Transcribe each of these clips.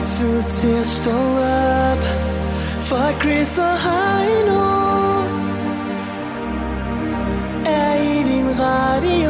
tid til at stå op for Chris og Heino er i din radio.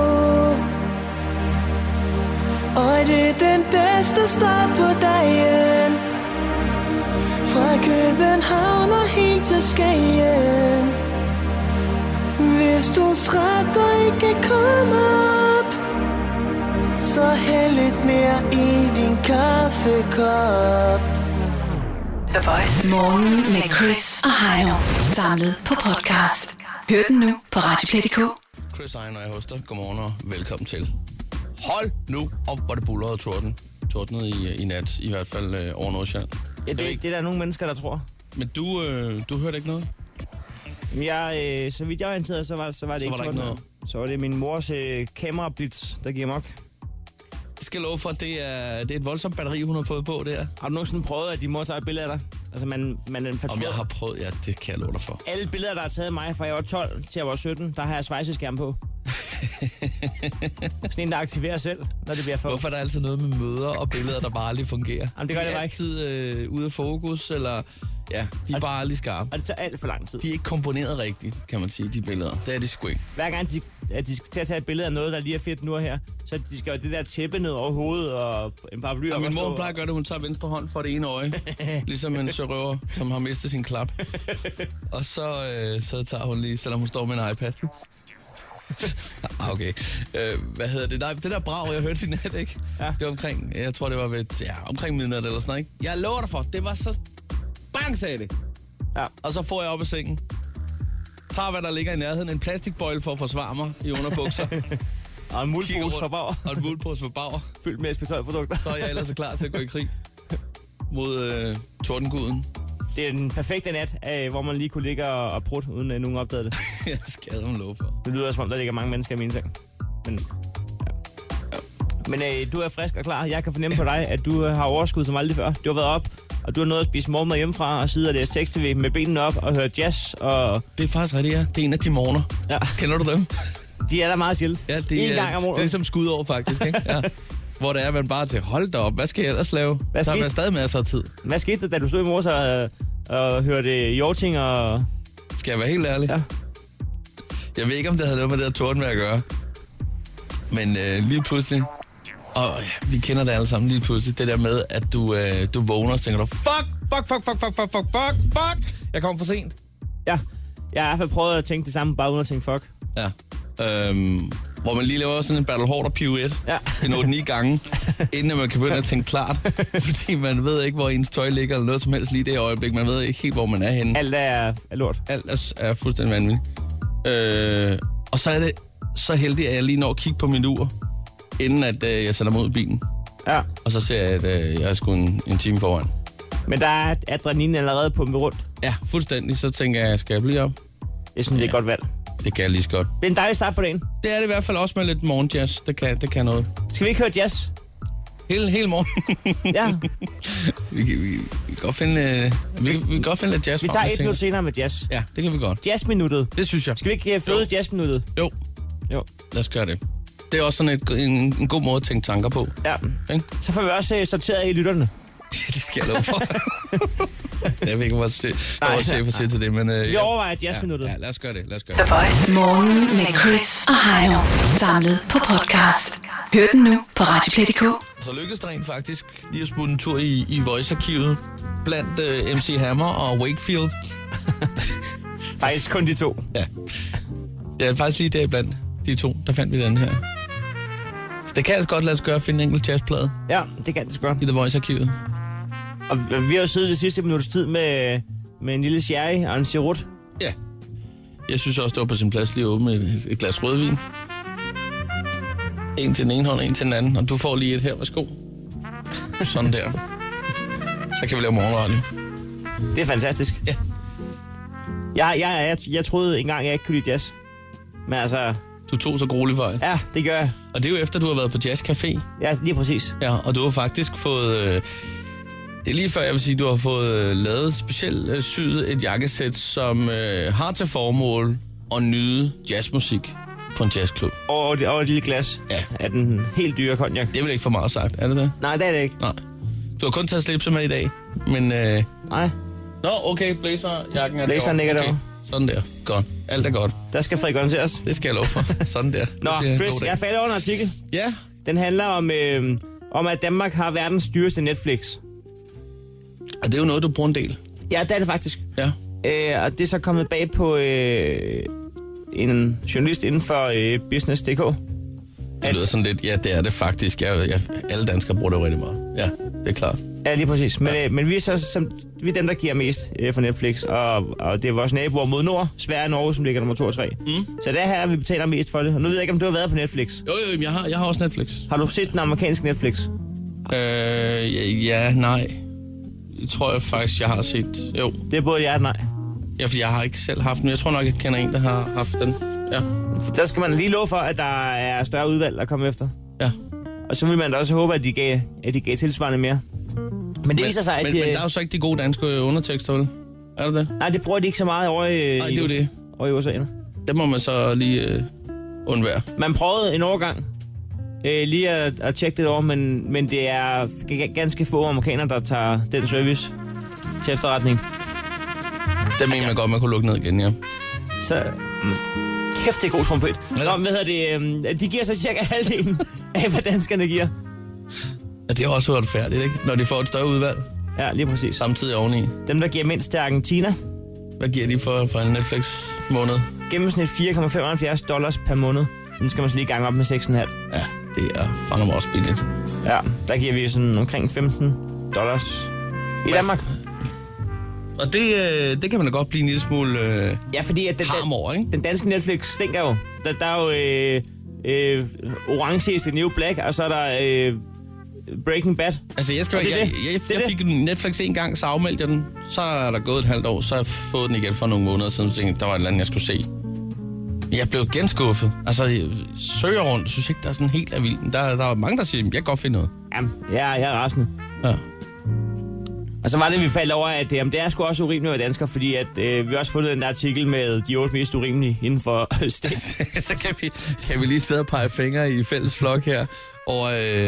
Og det er den bedste start på dagen. Fra København og helt til Skagen. Hvis du er træt og ikke kan komme op, så hæld lidt mere i din kaffekop. The Voice. Morgen med Chris og Heino. Samlet på podcast. Hør den nu på Radioplay.dk. Chris og Heino er hos dig. Godmorgen og velkommen til. Hold nu op, hvor det buller og tordnede i nat. I hvert fald over Nordsjælland. Ja, det er der nogle mennesker, der tror. Men du hørte ikke noget? Så vidt jeg orienterede, så var det ikke torden. Så var det min mors kamerablitz, der giver mok. Det skal jeg love for, at det er et voldsomt batteri, hun har fået på der. Har du nogensinde prøvet, at din mor tager et billede af dig? Altså, man Om jeg har prøvet, ja, det kan jeg love dig for. Alle billeder, der er taget af mig fra jeg var 12 til jeg var 17, der har jeg svejseskærm på. Sådan en, der aktiverer selv, når det bliver for. Hvorfor er der altid noget med møder og billeder, der bare aldrig fungerer? Jamen, det gør det bare ikke. De er altid ude af fokus, eller ja, de er bare aldrig skarpe. Og det tager alt for lang tid. De er ikke komponeret rigtigt, kan man sige, de billeder. Det er de sgu ikke. Hver gang de skal til at tage et billede af noget, der lige er fedt nu og her, så de skal jo det der tæppe ned over hovedet og en paraply. Og min mor plejer at gøre det, hun tager venstre hånd for det ene øje. Ligesom en sørøver, som har mistet sin klap. Og så tager hun lige, selvom hun står med en iPad. Okay. Hvad hedder det? Det der brag, jeg hørte i nat, ikke? Ja. Det var omkring, jeg tror det var ved, omkring midnat eller sådan noget, ikke? Jeg lover dig for, det var så... Bang, sagde det. Ja. Og så får jeg op af sengen. Tager, hvad der ligger i nærheden. En plastikbøjle for at forsvare mig i underbukser. Og en muldpose for Bauer. Og en muldpose for Bauer. Fyldt med SP12-produkter. Så er jeg ellers klar til at gå i krig mod tordenguden. Det er den perfekte nat, hvor man lige kunne ligge og prutte, uden at nogen opdagede det. Ja, det skal jeg love for. Det lyder som om, der ligger mange mennesker i min seng. Men, ja. Men du er frisk og klar. Jeg kan fornemme på dig, at du har overskud som aldrig før. Du har været op, og du har nået at spise morgenmad hjemmefra, og sidde og læse tekst-tv med benene op og høre jazz. Og... Det er faktisk rigtigt, ja. Det er en af de morgener. Ja. Kender du dem? De er der meget sjældent. Ja, det er ligesom skudår, faktisk, ikke? Ja. Hvor det er, man bare til, hold da op, hvad skal jeg ellers lave? Så har man stadig masser af tid. Hvad skete der, da du stod i morges og hørte Hjorting og... Skal jeg være helt ærlig? Ja. Jeg ved ikke, om det havde noget med det der torden med at gøre. Men lige pludselig, og ja, vi kender det alle sammen lige pludselig, det der med, at du vågner og tænker, fuck, jeg kom for sent. Ja, jeg har i hvert fald prøvet at tænke det samme, bare uden at tænke fuck. Ja. Hvor man lige laver sådan en battle hårdt og pirouette. Ja. En 8-9 gange, inden man kan begynde at tænke klart. Fordi man ved ikke, hvor ens tøj ligger, eller noget som helst lige det øjeblik. Man ved ikke helt, hvor man er henne. Alt er lort. Alt er fuldstændig vanvittigt. Og så er det så heldigt, at jeg lige når at kigge på min ur, inden at jeg sætter mig ud i bilen. Ja. Og så ser jeg, at jeg er sgu en time foran. Men der er adrenalin allerede pumpet rundt. Ja, fuldstændig. Så tænker jeg, skal jeg blive op? Jeg synes, det er et godt valg. Det kan jeg lige så godt. Det er en dejlig start på dagen. Det er det i hvert fald også med lidt morgenjazz. Det kan noget. Skal vi ikke høre jazz? Hele morgen. Ja. Vi kan godt finde, vi kan godt finde lidt jazz. Vi tager 1 minut senere med jazz. Ja, det kan vi godt. Jazzminuttet. Det synes jeg. Skal vi ikke føde jazzminuttet? Jo. Lad os gøre det. Det er også sådan en god måde at tænke tanker på. Ja. Okay? Så får vi også sorteret i lytterne. Det skal jeg love for. Jeg ved ikke, hvor chef siger til det, men... Vi overvejer jazzminuttet. Ja, lad os gøre det. The Voice. Morgen med Chris og Heino. Samlet på podcast. Hør den nu på Radioplay.dk. Så lykkedes det rent faktisk lige at smutte en tur i Voice-arkivet blandt MC Hammer og Wakefield. Faktisk kun de to. Ja. Det er faktisk lige der blandt de to, der fandt vi den her. Så det kan altså godt lade os gøre at finde en enkelt jazzplade. Ja, det kan det godt. I The Voice-arkivet. Og vi har jo siddet det sidste minutters tid med en lille sherry og en sirut. Ja. Jeg synes også, det var på sin plads lige at åbne et glas rødvin. En til den ene hånd, en til den anden. Og du får lige et her. Værsgo. Sådan der. Så kan vi lave morgenradio. Det er fantastisk. Ja. Jeg troede engang, jeg ikke kunne lide jazz. Men altså... Du tog så grueligt fejl. Ja, det gør jeg. Og det er jo efter, du har været på jazzcafé. Ja, lige præcis. Ja, og du har faktisk fået... det er lige før, jeg vil sige, du har fået lavet specielt syet et jakkesæt, som har til formål at nyde jazzmusik på en jazzklub. Og et lille glas af den helt dyre cognac. Det er vel ikke for meget sagt, er det det? Nej, det er det ikke. Nej. Du har kun taget slipset med i dag, men... Nej. Nå, okay, blazerjakken er Blazeren ligger derovre. Sådan der. Godt. Alt er godt. Der skal frikvanceres. Det skal jeg love for. Sådan der. Nå, Chris, jeg faldt over en artikel. Ja. Den handler om, at Danmark har verdens dyreste Netflix. Og det er jo noget, du bruger en del. Ja, det er det faktisk. Ja. Og det er så kommet bag på en journalist inden for Business.dk. Det lyder sådan lidt, ja, det er det faktisk. Alle danskere bruger det jo rigtig meget. Ja, det er klart. Ja, lige præcis. Men vi er så vi er dem, der giver mest for Netflix, og det er vores naboer mod nord, Sverige og Norge, som ligger nummer 2 og 3. Så det er her, vi betaler mest for det. Og nu ved jeg ikke, om du har været på Netflix. Jo, jeg har også Netflix. Har du set den amerikanske Netflix? Ja, nej. Det tror jeg faktisk, jeg har set. Jo. Det er både ja og nej. Ja, for jeg har ikke selv haft den. Jeg tror nok, jeg kender en, der har haft den. Ja. Der skal man lige love for, at der er større udvalg at komme efter. Ja. Og så vil man da også håbe, at de gav tilsvarende mere. Men det viser sig, at men der er jo så ikke de gode danske undertekster, vel? Er det det? Nej, det bruger de ikke så meget over i, nej, det er jo det. Over i USA. Det må man så lige undvære. Man prøvede en overgang lige at tjekke det over, men det er ganske få amerikanere, der tager den service til efterretning. Det mener man godt, man kunne lukke ned igen, ja. Så... Kæft, det er god trompet. Nå, hvad hedder det? De giver så cirka halvdelen af, hvad danskerne giver. Ja, det er også uretfærdigt, ikke? Når de får et større udvalg. Ja, lige præcis. Samtidig oveni. Dem, der giver mindst til Argentina. Hvad giver de for en Netflix-måned? Gennemsnit $4,75 per måned. Den skal man så lige gange op med 6,5. Ja, det er fandme også billigt. Ja, der giver vi sådan omkring $15 i Danmark. Og det kan man da godt blive en lille smule ja, fordi at den danske Netflix stinker jo. Der er jo Orange is the New Black, og så er der Breaking Bad. Altså, jeg fik Netflix en gang, så afmeldte jeg den. Så er der gået et halvt år, så har jeg fået den igen for nogle måneder siden, så tænkte der var et eller andet, jeg skulle se. Jeg blev genskuffet. Altså, jeg søger rundt, synes ikke, der er sådan helt af vildt. Der er mange, der siger, jeg kan godt finde noget. Jamen, jeg er rasende. Ja. Og så var det, vi faldt over, at det er sgu også urimeligt at være dansker, fordi at, vi har også fundet den der artikel med de 8 mest urimelige inden for stat. Så kan vi lige sidde og pege fingre i fælles flok her over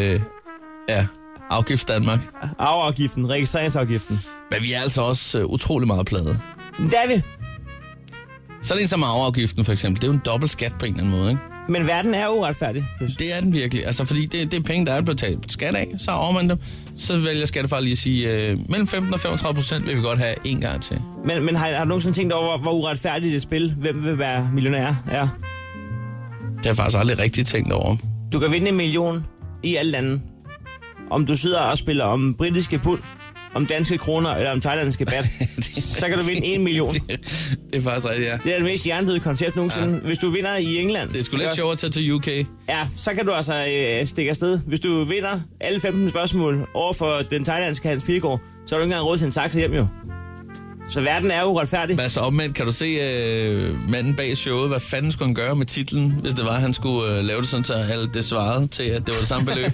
afgift Danmark. Arveafgiften, registreringsafgiften. Men vi er altså også utrolig meget pladet. Det er vi. Sådan en som arveafgiften for eksempel, det er jo en dobbelt skat på en eller anden måde, ikke? Men verden er uretfærdig. Det er den virkelig. Altså, fordi det er penge, der er betalt skat af, så arver man dem. Så vælger skattefar lige at sige, mellem 15% og 35% vil vi godt have en gang til. Men har du nogensinde tænkt over, hvor uretfærdigt det spil? Hvem vil være millionær? Ja. Det har jeg faktisk aldrig rigtig tænkt over. Du kan vinde 1 million i alle lande. Om du sidder og spiller om britiske pund, om danske kroner eller om thailandske bat, så kan du vinde 1 million. Det er faktisk rigtigt, ja. Det er det mest hjernedøde koncept nogensinde. Ja. Hvis du vinder i England... Det er sgu lidt sjovt at tage til UK. Ja, så kan du altså stikke afsted. Hvis du vinder alle 15 spørgsmål over for den thailandske Hans Pilgaard, så har du ikke engang råd til en taxa hjem, jo. Så verden er jo retfærdig. Altså omvendt, kan du se manden bag showet, hvad fanden skulle han gøre med titlen, hvis det var, at han skulle lave det sådan, så alt det svarede til, at det var det samme beløb?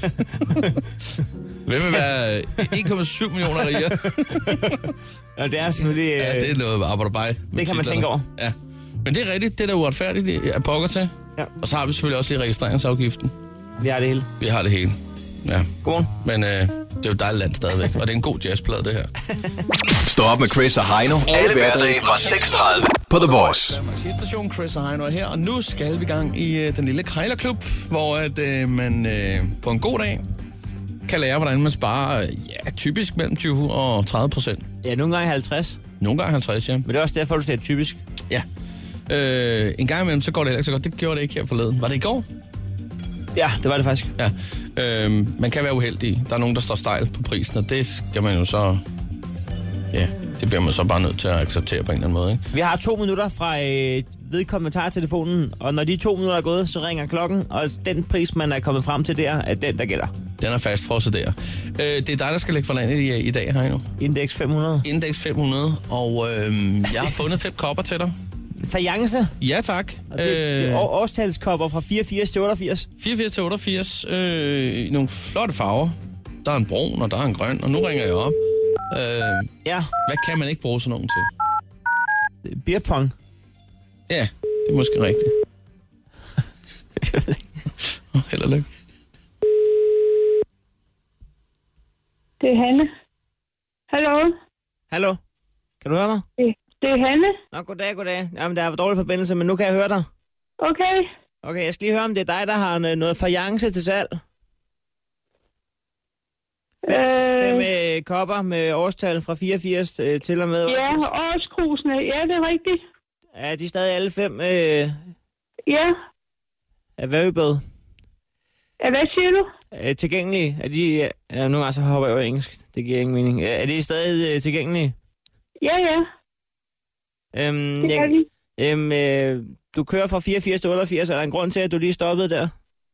Hvem vil være 1,7 millioner rigere? Ja, det er selvfølgelig... Ja, det er noget arbejderbej. Det kan man tænke over. Ja. Men det er rigtigt, det er da uretfærdigt, det er pokker til. Ja. Og så har vi selvfølgelig også lige registreringsafgiften. Vi har det hele. Vi har det hele, ja. Godmorgen. Men det er jo dejligt land stadigvæk, og det er en god jazzplade, det her. Stå op med Chris og Heino. Alle hverdage fra 6:30 på The Voice. Station Chris og Heino er her, og nu skal vi i gang i den lille krejlerklub, hvor at, man på en god dag kan lære, hvordan man sparer typisk mellem 20 og 30%. Ja, nogle gange 50. Nogle gange 50, ja. Men det er også derfor, du siger typisk. Ja. En gang imellem, så går det heller ikke så godt. Det gjorde det ikke her forleden. Var det i går? Ja, det var det faktisk. Ja. Man kan være uheldig. Der er nogen, der står stejl på prisen, og det skal man jo så... Ja, det bliver man så bare nødt til at acceptere på en eller anden måde, ikke? Vi har 2 minutter fra vedkommende tager telefonen, og når de 2 minutter er gået, så ringer klokken, og den pris, man er kommet frem til der, er den, der gælder. Den er fastfrosset der. Det er dig, der skal lægge for landet i dag, Heino. Indeks 500. Indeks 500, og jeg har fundet 5 kopper til dig. Fajance? Ja, tak. Og det er årstalskopper fra 84 til 88. 84 til 88. Nogle flotte farver. Der er en brun, og der er en grøn, og nu ringer jeg op. Ja. Hvad kan man ikke bruge sådan nogen til? Beer pong. Ja, det er måske rigtigt. Held og lykke. Det er Hanne. Hallo? Hallo? Kan du høre mig? Det er Hanne. Nå, goddag. Jamen, der er dårlig forbindelse, men nu kan jeg høre dig. Okay. Okay, jeg skal lige høre, om det er dig, der har noget fajance til salg. 5 kopper med årstal fra 84 til og med... Ja, årskrusene. Ja, det er rigtigt. Er de stadig alle 5? Ja. Available? Hvad siger du? Tilgængelige? Er de... nogle gange så hopper jeg over engelsk. Det giver ingen mening. Er de stadig tilgængelige? Ja. Det er de. Du kører fra 84 til 88. Er der en grund til, at du lige stoppede der?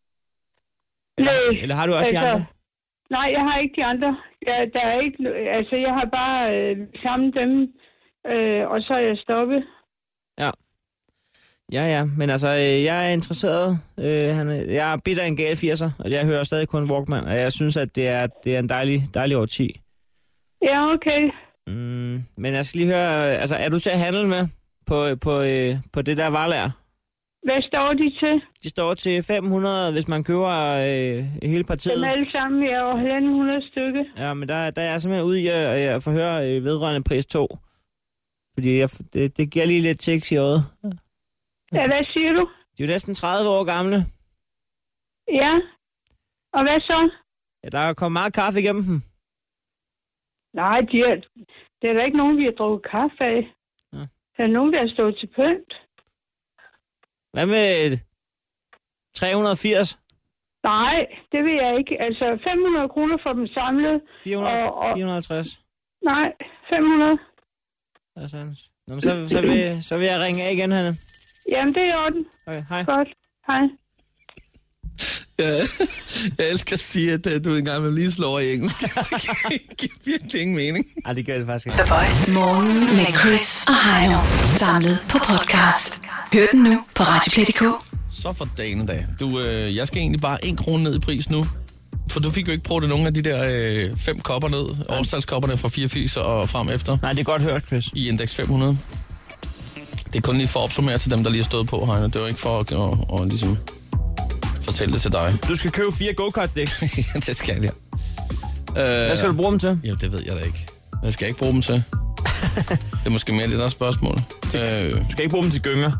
Nej. Eller har du også de andre? Nej, jeg har ikke de andre. Der er ikke... Altså, jeg har bare samlet dem, og så er jeg stoppet. Ja. Ja, men altså, jeg er interesseret. Jeg er bitter en gal 80'er, og jeg hører stadig kun Walkman, og jeg synes, at det er en dejlig årti. Ja, okay. Men jeg skal lige høre, altså, er du til at handle med på det der varelager? Hvad står de til? De står til 500, hvis man køber hele partiet. Dem alle sammen, ja, og 100 stykker. Ja, men der er jeg simpelthen ude i at forhøre vedrørende pris 2. Fordi det giver lige lidt tiks i øjet. Ja, hvad siger du? De er jo næsten 30 år gamle. Ja, og hvad så? Ja, der er kommet meget kaffe igennem dem. Nej, det er der ikke nogen, vi har drukket kaffe af. Ja. Der er nogen, der har stået til pynt. Hvad med 380? Nej, det vil jeg ikke. Altså 500 kroner for dem samlet. 450? Nej, 500. Nå, så vil jeg ringe af igen, Hanne. Jamen, det er i orden. Okay, hej. Godt, hej. Ja, jeg elsker at sige, at du engang vil lige slå over i engelsk. Det giver virkelig ingen mening. Ej, det gør det faktisk ikke. The Voice. Morgen med Chris og Heino. Samlet på podcast. Hør den nu på radioplay.dk. Så for dagen dag. Jeg skal egentlig bare 1 krone ned i pris nu. For du fik jo ikke prøvet nogle af de der 5 kopper ned. Årstalskopperne fra 84 og frem efter. Nej, det er godt hørt, Chris. I indeks 500. Det er kun lige for at opsummere til dem, der lige har stået på, Heino. Det var ikke for at ligesom fortælle det til dig. Du skal købe 4 go-kart-dæk. Det skal jeg. Hvad skal du bruge dem til? Ja, det ved jeg da ikke. Hvad skal jeg ikke bruge dem til? Det er måske mere det der spørgsmål. Du skal ikke bruge dem til gynger.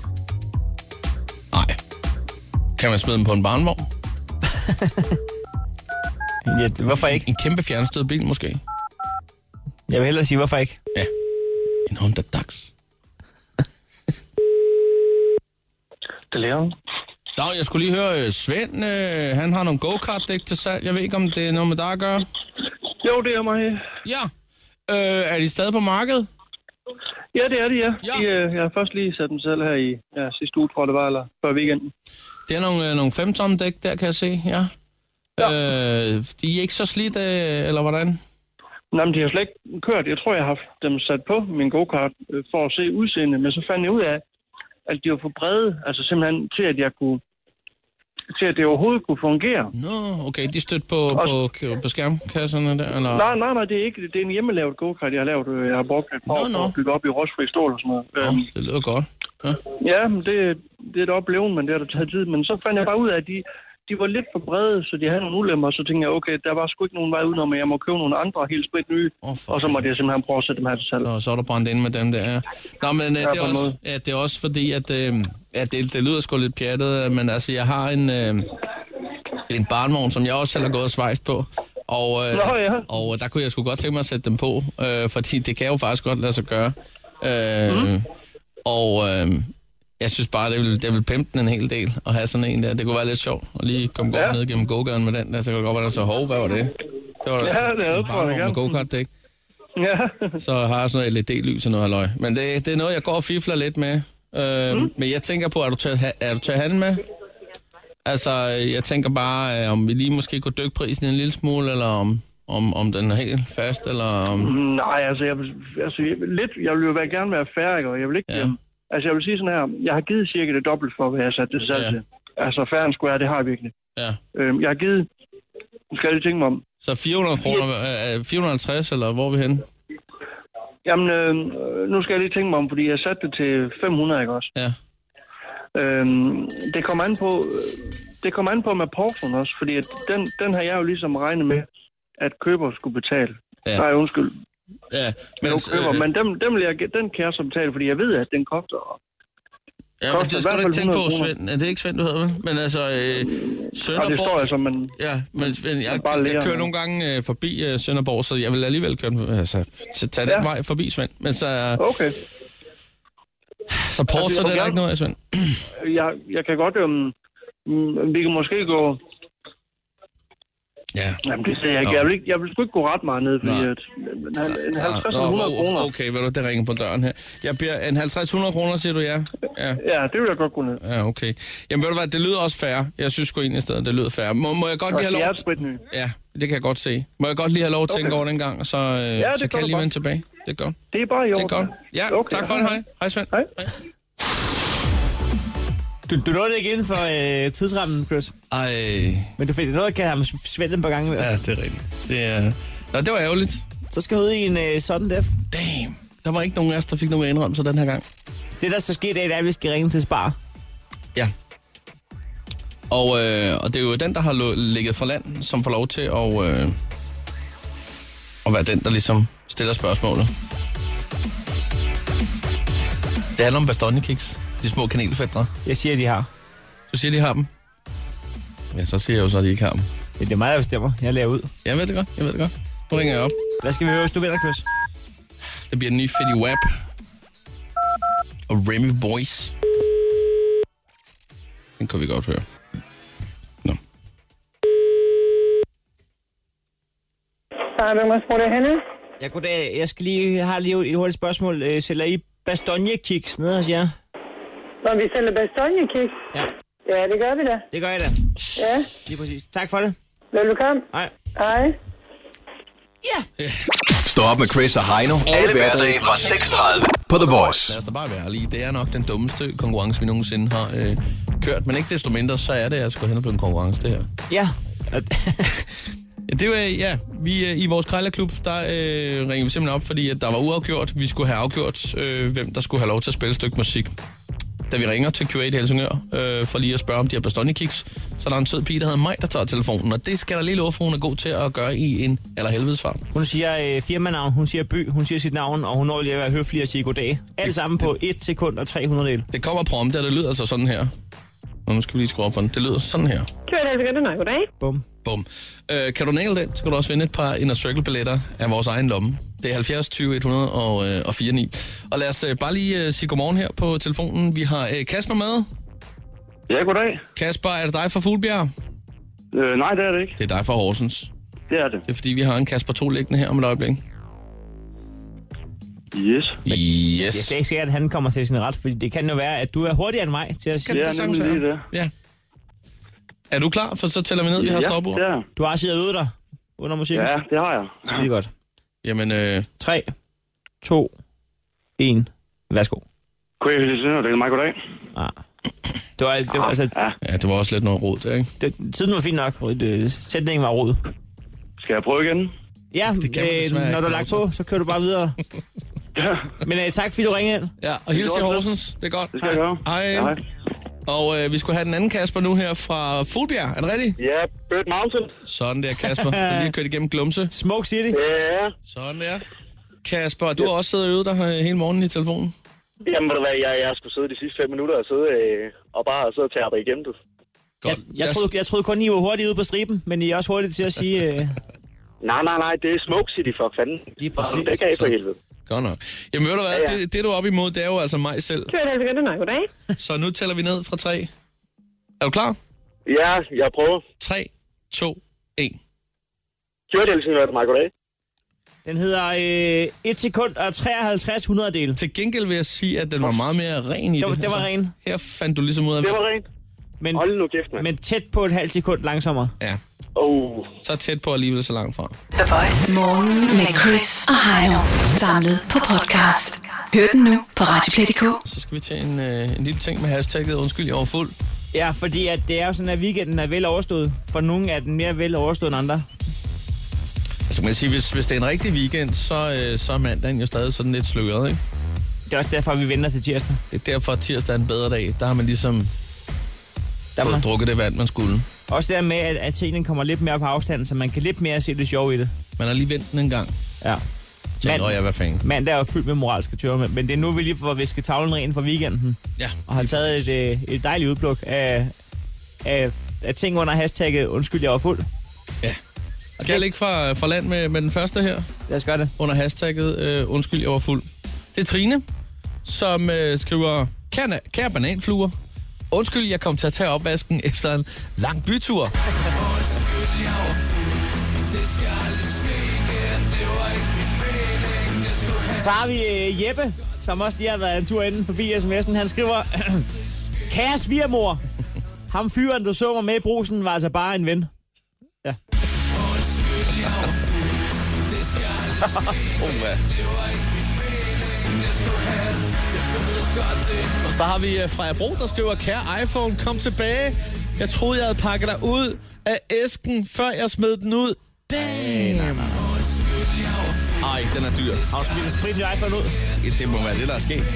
Nej. Kan man smide dem på en barnevogn? Ja, hvorfor ikke? En kæmpe fjernstød bil måske? Jeg vil hellere sige, hvorfor ikke? Ja. En Honda Dax. Det laver. Dag, jeg skulle lige høre Svend. Han har nogle go-kart-dæk til salg. Jeg ved ikke, om det er noget med dig at gøre. Jo, det er mig. Ja. Er de stadig på markedet? Ja, det er de, ja. Ja. Jeg har først lige sat dem selv her i sidste uge, tror jeg det var, eller før weekenden. Det er nogle 5-tomme dæk, der kan jeg se, ja. De er ikke så slidt, eller hvordan? Nej, men de har slet ikke kørt. Jeg tror, jeg har haft dem sat på min go-kart for at se udseende, men så fandt jeg ud af, at de var for brede, altså simpelthen til, til at det overhovedet kunne fungere. Nå, okay, de stødte på skærmkasserne der, eller? Nej, det er ikke. Det er en hjemmelavet go-kart, jeg har lavet. Jeg har brugt et par at bygge op i rostfri stål og sådan noget. Det lyder godt. Ja, men det er et opleven, men det har da taget tid. Men så fandt jeg bare ud af, at de var lidt for brede, så de havde nogle ulemper. Så tænkte jeg, okay, der var sgu ikke nogen vej udenom, men jeg må købe nogle andre helt sprit nye. Og så måtte jeg simpelthen prøve at sætte dem her til salg. Og så er der brændt ind med dem der, ja. Nå, men det er også fordi, at det lyder sgu lidt pjattet, men altså, jeg har en barnvogn, som jeg også selv har gået og svejst på. Og der kunne jeg sgu godt tænke mig at sætte dem på, fordi det kan jo faktisk godt lade sig gøre. Jeg synes bare, det vil pimpe den en hel del at have sådan en der. Det kunne være lidt sjovt at lige komme godt ned gennem gågaden med den der. Så kan det godt være, der så hvad var det? Det var der bare med go-kart-dæk. Ja. Så har jeg sådan noget LED-lys og noget halløj. Men det er noget, jeg går og fifler lidt med. Men jeg tænker på, er du til at handle med? Altså, jeg tænker bare, om vi lige måske kunne dykke prisen en lille smule, eller om den er helt fast, eller om... Nej, altså, jeg vil jo gerne være færdig, og jeg vil ikke... Ja. Altså, jeg vil sige sådan her, jeg har givet cirka det dobbelt for, hvad jeg satte det salg til. Altså, færden skulle være, det har jeg virkelig. Ja. Jeg har givet... Nu skal jeg lige tænke mig om. Så 400 kroner, 450, eller hvor er vi henne? Jamen, nu skal jeg lige tænke mig om, fordi jeg satte det til 500, ikke også? Ja. Det kommer an på med portoen også, fordi at den har jeg jo ligesom regnet med, at køber skulle betale. Ja. Nej, undskyld. Ja, Men den kan jeg så betale, fordi jeg ved, at den koster... Ja, men det skal du ikke tænke på, Svend. Er det ikke Svend, du hedder, vel? Men altså, Sønderborg... det står altså, men... Ja, men Svend, jeg kører nogle gange forbi Sønderborg, så jeg vil alligevel køre tage den vej forbi, Svend. Men så... Okay. Så port, så det er der ikke noget af, Svend. Jeg kan godt... vi kan måske gå... Ja. Jamen, det siger jeg ikke. Jeg vil sgu ikke gå ret meget ned, fordi en 50-100 kroner. Okay, ved du, det ringer på døren her. Jeg beder en 50-100 kroner, siger du ja? Ja, det vil jeg godt gå ned. Ja, okay. Jamen, ved du hvad, det lyder også fair. Jeg synes sgu egentlig i stedet, det lyder fair. Må jeg godt lige have lov... Ja, det kan jeg godt se. Må jeg godt lige have lov at tænke over den gang, så kan jeg lige vende tilbage. Det er godt. Det er bare i orden. Det er godt. Ja, okay, tak for det. Hej. Hej, Svend. Hej. Du nåede det ikke inden for tidsrammen, Chris. Ej. Men du fik noget, kan have Svend et par gange. Ja, det er rigtigt. Det var ærgerligt. Så skal jeg ud i en sådan def. Damn. Der var ikke nogen af os, der fik nogen indrømmelser den her gang. Det, der så sker, det er, at vi skal ringe til Spar. Ja. Og det er jo den, der har ligget fra land, som får lov til at være den, der ligesom stiller spørgsmålet. Det handler om Bastogne-kiks. De små kanelfætre. Jeg siger, de har. Du siger, de har dem? Ja, så siger jeg jo så, at de ikke har dem. Det er mig, der bestemmer. Jeg laver ud. Jeg ved det godt. Nu ringer jeg op. Hvad skal vi høre, hvis du vinder, Chris? Det bliver en ny Fetty Wap. Og Remy Boys. Den kan vi godt høre. Nå. Ja, goddag. Jeg skal lige have et hurtigt spørgsmål. Sælger I Bastogne-kiks nede hos jer? Når vi sælger Bastogne-kiks? Ja. Ja, det gør vi da. Det gør I da? Ja. Lige præcis. Tak for det. Velkommen. Hej. Hej. Ja. Stå op med Chris og Heino. Alle hverdage fra 6:30 på The Voice. Lad os da bare være ærlige. Det er nok den dummeste konkurrence, vi nogensinde har kørt. Men ikke desto mindre, så er det altså gået hen og blevet en konkurrence, det her. Ja. Det var, vi i vores krejlerklub, der ringede vi simpelthen op, fordi at der var uafgjort. Vi skulle have afgjort, hvem der skulle have lov til at spille et stykke musik. Da vi ringer til Q8 Helsingør, for lige at spørge om de her Bastogne-kiks, så der er en sød pige, der hedder Maj, der tager telefonen. Og det skal der lige love for, hun er god til at gøre i en allerhelvedesfart. Hun siger firmanavn, hun siger by, hun siger sit navn, og hun når lige at være høflig og sige goddag. Alt sammen på 1 sekund og 300 del. Det kommer prompte, og det lyder altså sådan her. Og nu skal vi lige skrue op for den. Det lyder sådan her. Goddag. Bum. Bum. Kan du næle den, så kan du også vinde et par Inner Circle-billetter af vores egen lomme. Det er 70 20 104 9. Og lad os bare lige sige godmorgen her på telefonen. Vi har Kasper med. Ja, goddag. Kasper, er det dig fra Fuglbjerg? Nej, det er det ikke. Det er dig fra Horsens. Det er det. Det er fordi, vi har en Kasper 2 liggende her om et øjeblik. Yes. Jeg skal ikke sige, at han kommer til sin ret, fordi det kan jo være, at du er hurtigere end mig til at sige. Det er nemlig lige det. Ja. Er du klar? For så tæller vi ned, vi har stopord. Ja. Du har siddet ude der under musikken? Ja, det har jeg. Skide godt. Jamen, 3, 2, 1. Værsgo. Kunne jeg sige, det er mig goddag? Det var altså... Ja, det var også lidt noget rod der, ikke? Tiden var fin nok. Sætningen var rod. Skal jeg prøve igen? Ja, når du er lagt på, så kører du bare videre. Ja. Men tak, fordi du ringede ind. Ja, og hils til Horsens. Det er godt. Det skal jeg gøre. Hej. Og vi skulle have den anden Kasper nu her fra Fuglbjerg. Er det rigtigt? Ja, Bird Mountain. Sådan der, Kasper. Der lige kørt igennem Glumse. Smoke City. Ja. Sådan der. Kasper, du har også siddet og øvet dig hele morgenen i telefonen. Jamen, jeg skulle sidde de sidste 5 minutter og sidde og bare sidde og tærpe igennem det. Godt. Jeg troede kun, I var hurtigt ude på striben, men I er også hurtigt til at sige... Nej, det er Smoke City for fanden. Lige præcis. Det kan I for helvede. Godt nok. Jamen ved du hvad, det du er op imod, det er jo altså mig selv. Goddag. Så nu tæller vi ned fra 3. Er du klar? Ja, jeg prøver. 3, 2, 1. Kør det, Helsingør, det er mig goddag. Den hedder 1 sekund og 53 hundrededel. Til gengæld vil jeg sige, at den var meget mere ren i det. Det var ren. Her fandt du ligesom ud af... Det var rent. Men, hold nu kæft, mand. Men tæt på et halvt sekund langsommere. Ja. Så tæt på alligevel så langt fra. The Voice. Morgen med Chris og Heino. Samlet på podcast. Hør den nu på radioplay.dk. Så skal vi til en lille ting med hashtagget undskyld, jeg var fuld. Ja, fordi at det er jo sådan, at weekenden er vel overstået. For nogle er den mere vel overstået end andre. Altså man kan sige, hvis det er en rigtig weekend, så er mandagen jo stadig sådan lidt sløret, ikke? Det er også derfor, vi venter til tirsdag. Det er derfor, at tirsdag er en bedre dag. Der har man ligesom drukket det vand, man skulle. Også der med, at tingene kommer lidt mere på afstand, så man kan lidt mere se det sjove i det. Man har lige ventet den en gang. Ja. Jeg var fan. Mandag er jo fyldt med moralske tøver, men det er nu, vi lige får visket tavlen ren for weekenden. Ja. Og har taget et dejligt udpluk af ting under hashtagget undskyld, jeg var fuld. Ja. Skal jeg ligge fra land med den første her? Lad os gøre det. Under hashtagget undskyld, jeg var fuld. Det er Trine, som skriver, kære bananfluer, undskyld, jeg kom til at tage opvasken efter en lang bytur. Undskyld, jeg var fuld. Det skal aldrig ske igen. Det var ikke min mening. Jeg skulle have... Så har vi Jeppe, som også lige har været en tur inden forbi sms'en. Han skriver, kære svigermor, ham fyren, du så mig med i brusen, var altså bare en ven. Ja. Undskyld, jeg var fuld. Det skal aldrig ske igen. Det var ikke min mening. Jeg skulle have... Og så har vi Freja Bro, der skriver, kære iPhone, kom tilbage. Jeg troede, jeg havde pakket dig ud af æsken, før jeg smed den ud. Damn. Ej, den er dyr. Har du smidt en sprit i iPhone ud? Det må være det, der er sket.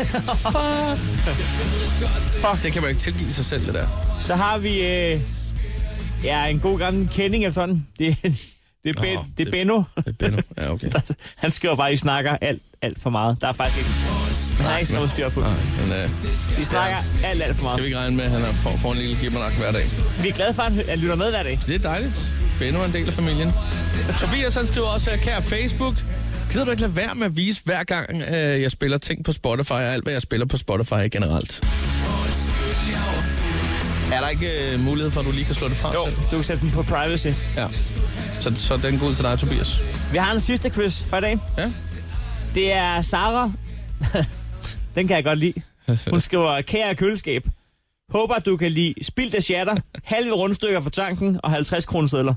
Fuck, det kan man ikke tilgive sig selv, det der. Så har vi en god gammel kending efterhånden. Det er Benno. Det er Benno, ja, okay. Han skriver bare, I snakker alt for meget. Der er faktisk ikke... Men han har ikke sådan noget styr på. Vi snakker alt for meget. Skal vi ikke regne med, at han får en lille gimmernak hver dag? Vi er glade for, at han lytter med hver dag. Det er dejligt. Benno er en del af familien. Tobias, han skriver også her, kære Facebook. Gider du ikke lade være med at vise, hver gang jeg spiller ting på Spotify, og alt, hvad jeg spiller på Spotify generelt? Er der ikke mulighed for, at du lige kan slå det fra selv? Du kan sætte den på privacy. Ja. Så den går ud til dig, Tobias. Vi har en sidste quiz for i dag. Ja. Det er Sara. Den kan jeg godt lide. Hun skriver, kære køleskab. Håber, du kan lide spildte shatter, halve rundstykker for tanken og 50 kronesedler.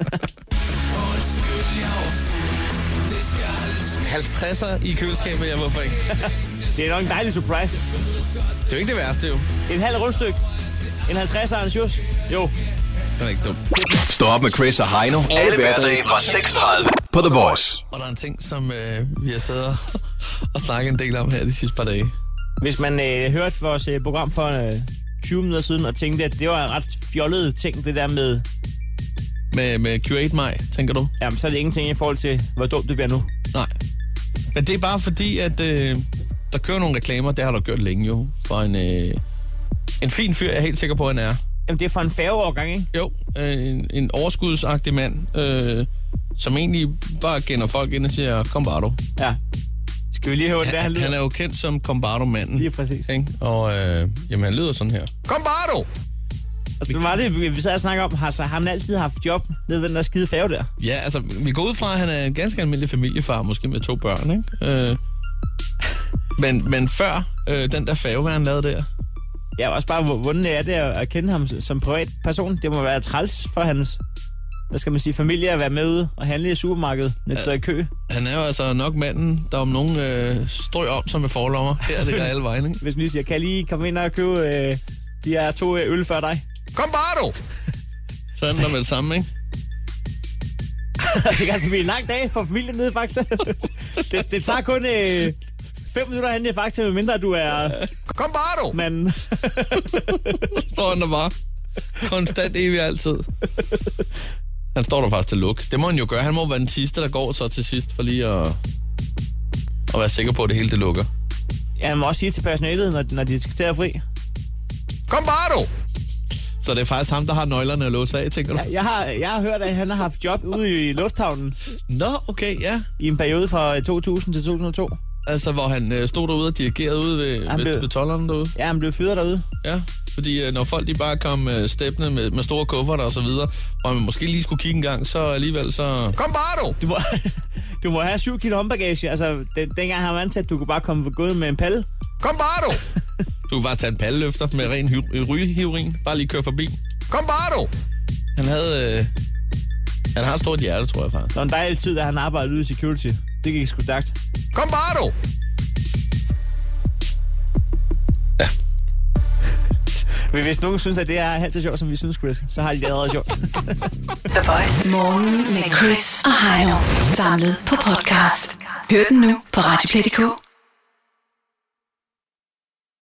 50'er i køleskabet, ja, hvorfor ikke? Det er nok en dejlig surprise. Det er jo ikke det værste, jo. En halv rundstykke. En 50'er og en sjus. Jo. Den er ikke dum. Stå op med Chris og Heino. Alle hverdage fra 6:30 på The Voice. Og der er en ting, som vi har siddet og snakket en del om her de sidste par dage. Hvis man hørte vores program for 20 minutter siden og tænkte, at det var en ret fjollet ting, det der med... Med Q8 Maj, tænker du? Jamen, så er det ingenting i forhold til, hvor dumt det bliver nu. Nej. Men det er bare fordi, at der kører nogle reklamer, det har du gjort længe jo, for en fin fyr, jeg er helt sikker på, at han er. Jamen, det er for en færgeovergang, ikke? Jo, en overskudsagtig mand, som egentlig bare kender folk ind og siger, kom bare du. Ja. Skal vi lige høre, det der, han lyder? Han er jo kendt som Combardo-manden. Lige præcis. Ikke? Og jamen, han lyder sådan her. Combardo! Og så var det, vi sad og snakkede om, har han altid haft job nede ved den der skide færge der? Ja, altså, vi går ud fra, at han er en ganske almindelig familiefar, måske med 2 børn, ikke? Men før den der færge, hvad han lavede der? Ja, også bare, hvordan er det at kende ham som privat person? Det må være træls for hans, hvad skal man sige, familie at være med ude og handle i supermarkedet, når de står i kø. Han er jo altså nok manden, der om nogen strøg om sig med forlommer. Her er det der alle vejen, ikke? Hvis vi siger, kan jeg lige komme ind og købe de her 2 øl før dig? Kom bare du! Så er der med det samme, ikke? Det kan altså blive en lang dag for familien nede i Fakta. det tager kun 5 minutter at handle i Fakta, medmindre du er... Kom bare du! Men... står han der bare. Konstant evig altid. Han står der faktisk til luk. Det må han jo gøre. Han må være den sidste, der går så til sidst, for lige at være sikker på, at det hele det lukker. Ja, han må også sige til personalet, når de skal til at fri. Kom bare du! Så det er faktisk ham, der har nøglerne at låse af, tænker du? Ja, jeg har hørt, at han har haft job ude i lufthavnen. Nå, okay, ja. I en periode fra 2000 til 2002. Altså, hvor han stod derude og dirigerede ude ved tolderne derude? Ja, han blev fyret derude. Ja, fordi når folk de bare kom steppende med store kufferter og så videre, og man måske lige skulle kigge en gang, så alligevel så... Kom bare du! Du må have 7 kilo håndbagage. Altså, dengang har man ansat, du kunne bare komme gået med en palle. Kom bare du! Du kunne bare tage en palleløfter med ren rygeheroin. Bare lige køre forbi. Kom bare du! Han har et stort hjerte, tror jeg faktisk. Det var en dejlig tid, da han arbejdede ude i security. Det gik sgu stærkt. Kom bare du! Ja. Hvis nogen synes, at det er helt så sjovt, som vi synes, Chris, så har de det allerede sjovt. The Voice. Morgen med Chris og Heino. Samlet på podcast. Hør den nu på radioplay.dk.